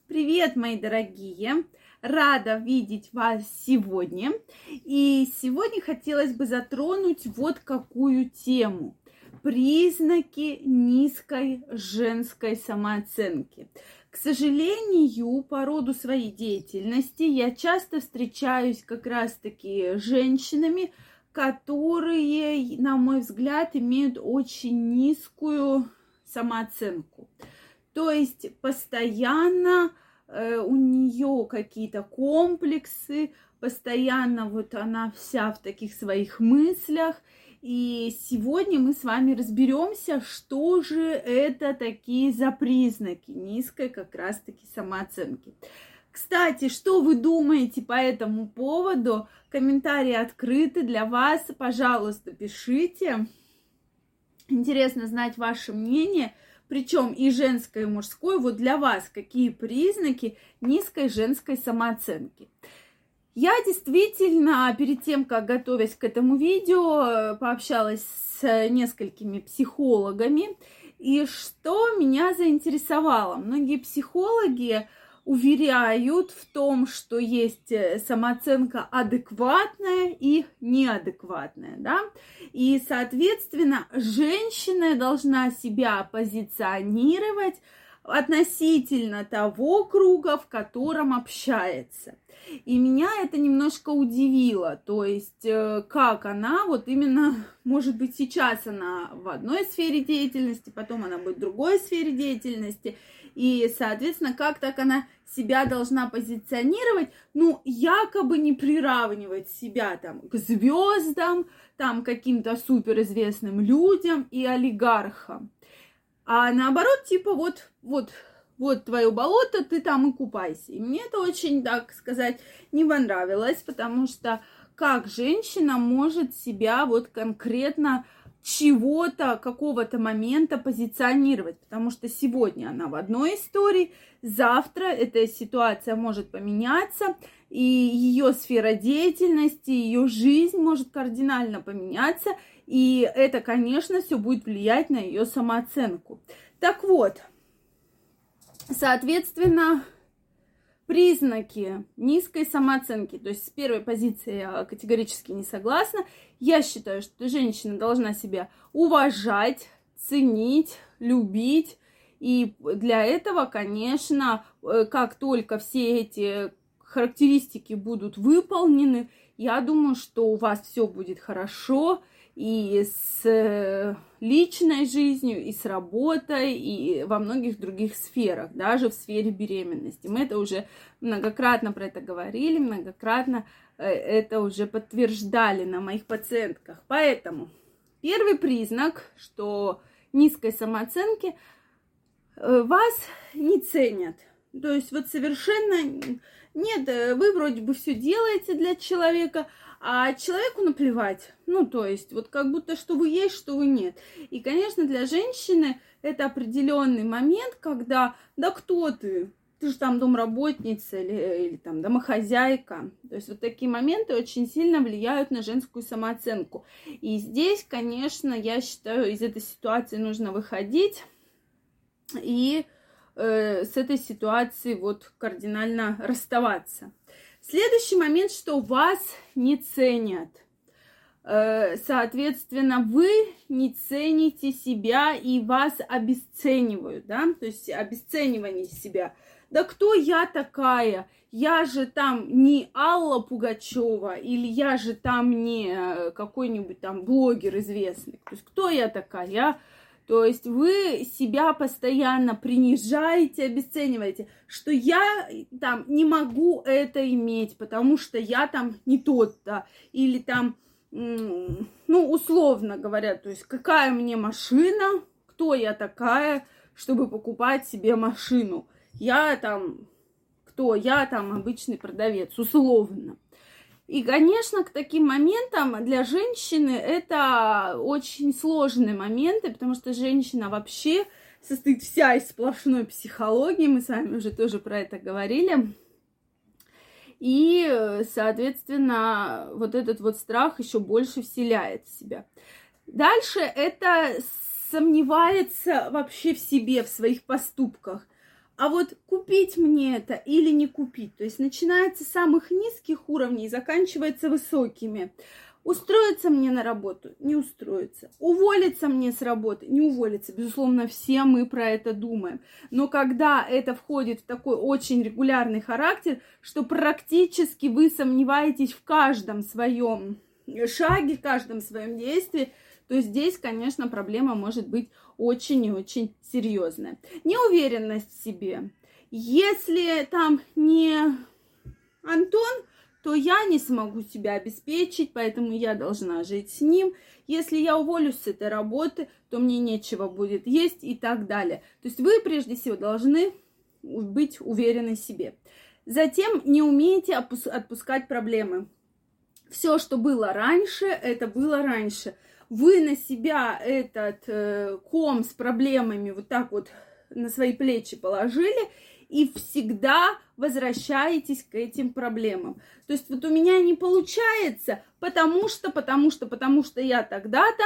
Привет, мои дорогие! Рада видеть вас сегодня. И сегодня хотелось бы затронуть вот какую тему. Признаки низкой женской самооценки. К сожалению, по роду своей деятельности я часто встречаюсь как раз-таки с женщинами, которые, на мой взгляд, имеют очень низкую самооценку. То есть постоянно у нее какие-то комплексы, постоянно вот она вся в таких своих мыслях. И сегодня мы с вами разберемся, что же это такие за признаки низкой как раз-таки самооценки. Кстати, что вы думаете по этому поводу? Комментарии открыты для вас. Пожалуйста, пишите. Интересно знать ваше мнение. Причем и женское, и мужское. Вот для вас какие признаки низкой женской самооценки? Я действительно, перед тем, как готовясь к этому видео, пообщалась с несколькими психологами. И что меня заинтересовало? Многие психологи уверяют в том, что есть самооценка адекватная и неадекватная, да, и, соответственно, женщина должна себя позиционировать относительно того круга, в котором общается. И меня это немножко удивило, то есть как она, вот именно, может быть, сейчас она в одной сфере деятельности, потом она будет в другой сфере деятельности, и, соответственно, как так она себя должна позиционировать, ну, якобы не приравнивать себя там к звездам, там, каким-то суперизвестным людям и олигархам. А наоборот, типа, вот твое болото, ты там и купайся. И мне это очень, так сказать, не понравилось, потому что как женщина может себя вот конкретно чего-то, какого-то момента позиционировать, потому что сегодня она в одной истории, завтра эта ситуация может поменяться, и ее сфера деятельности, ее жизнь может кардинально поменяться, и это, конечно, все будет влиять на ее самооценку. Так вот, соответственно, признаки низкой самооценки, то есть с первой позиции я категорически не согласна. Я считаю, что женщина должна себя уважать, ценить, любить. И для этого, конечно, как только все эти характеристики будут выполнены, я думаю, что у вас все будет хорошо и с личной жизнью, и с работой, и во многих других сферах, даже в сфере беременности. Мы это уже многократно про это говорили, многократно это уже подтверждали на моих пациентках. Поэтому первый признак, что низкой самооценки, вас не ценят. То есть вот совершенно нет, вы вроде бы все делаете для человека, а человеку наплевать. Ну, то есть, вот как будто что вы есть, что вы нет. И, конечно, для женщины это определенный момент, когда, да кто ты? Ты же там домработница или там домохозяйка. То есть, вот такие моменты очень сильно влияют на женскую самооценку. И здесь, конечно, я считаю, из этой ситуации нужно выходить и с этой ситуацией вот кардинально расставаться. Следующий момент, что вас не ценят. Соответственно, вы не цените себя и вас обесценивают, да, то есть обесценивание себя. Да кто я такая? Я же там не Алла Пугачева, или я же там не какой-нибудь там блогер известный. То есть кто я такая? То есть вы себя постоянно принижаете, обесцениваете, что я там не могу это иметь, потому что я там не тот-то. Или там, ну, условно говоря, то есть какая мне машина, кто я такая, чтобы покупать себе машину. Я там, кто? Я там обычный продавец, условно. И, конечно, к таким моментам для женщины это очень сложные моменты, потому что женщина вообще состоит вся из сплошной психологии, мы с вами уже тоже про это говорили. И, соответственно, вот этот вот страх еще больше вселяет в себя. Дальше это сомневается вообще в себе, в своих поступках. а вот купить мне это или не купить. То есть начинается с самых низких уровней и заканчивается высокими. Устроиться мне на работу? Не устроиться. Уволиться мне с работы? Не уволиться. Безусловно, все мы про это думаем. Но когда это входит в такой очень регулярный характер, что практически вы сомневаетесь в каждом своем шаге, в каждом своем действии, то здесь, конечно, проблема может быть очень и очень серьезная. Неуверенность в себе. Если там не Антон, то я не смогу себя обеспечить, поэтому я должна жить с ним. Если я уволюсь с этой работы, то мне нечего будет есть и так далее. То есть вы прежде всего должны быть уверены в себе. Затем не умеете отпускать проблемы. Все, что было раньше, это было раньше. Вы на себя этот ком с проблемами вот так вот на свои плечи положили и всегда возвращаетесь к этим проблемам. То есть вот у меня не получается, потому что я тогда-то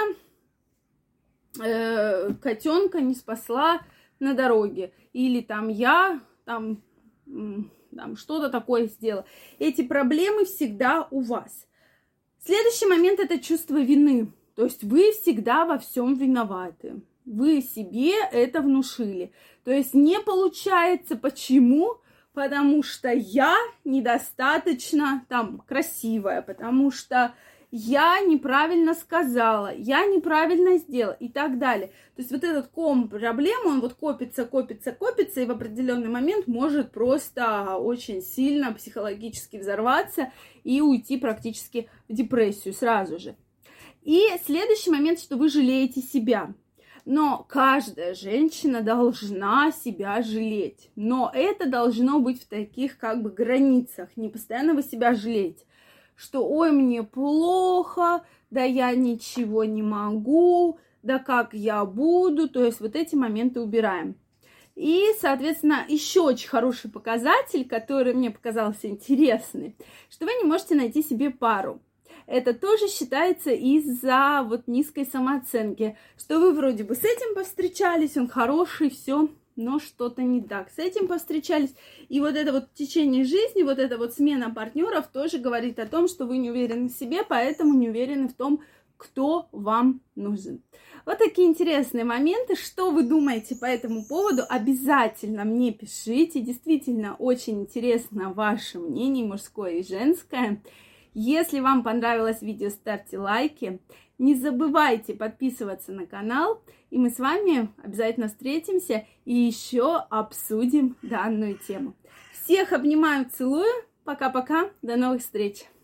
котенка не спасла на дороге. Или там я там что-то такое сделала. Эти проблемы всегда у вас. Следующий момент – это чувство вины. То есть вы всегда во всем виноваты. Вы себе это внушили. То есть не получается. Почему? Потому что я недостаточно там красивая, потому что я неправильно сказала, я неправильно сделала и так далее. То есть вот этот ком проблем, он вот копится, и в определенный момент может просто очень сильно психологически взорваться и уйти практически в депрессию сразу же. И следующий момент, что вы жалеете себя. Но каждая женщина должна себя жалеть. Но это должно быть в таких как бы границах. Не постоянно вы себя жалеете. Что ой, мне плохо, да я ничего не могу, да как я буду. То есть вот эти моменты убираем. И, соответственно, еще очень хороший показатель, который мне показался интересный, что вы не можете найти себе пару. Это тоже считается из-за вот низкой самооценки, что вы вроде бы с этим повстречались, он хороший, все, но что-то не так. С этим повстречались, и вот это вот в течение жизни, вот эта вот смена партнеров тоже говорит о том, что вы не уверены в себе, поэтому не уверены в том, кто вам нужен. Вот такие интересные моменты. Что вы думаете по этому поводу? Обязательно мне пишите. Действительно, очень интересно ваше мнение, мужское и женское. Если вам понравилось видео, ставьте лайки. Не забывайте подписываться на канал. И мы с вами обязательно встретимся и еще обсудим данную тему. Всех обнимаю, целую. Пока-пока. До новых встреч.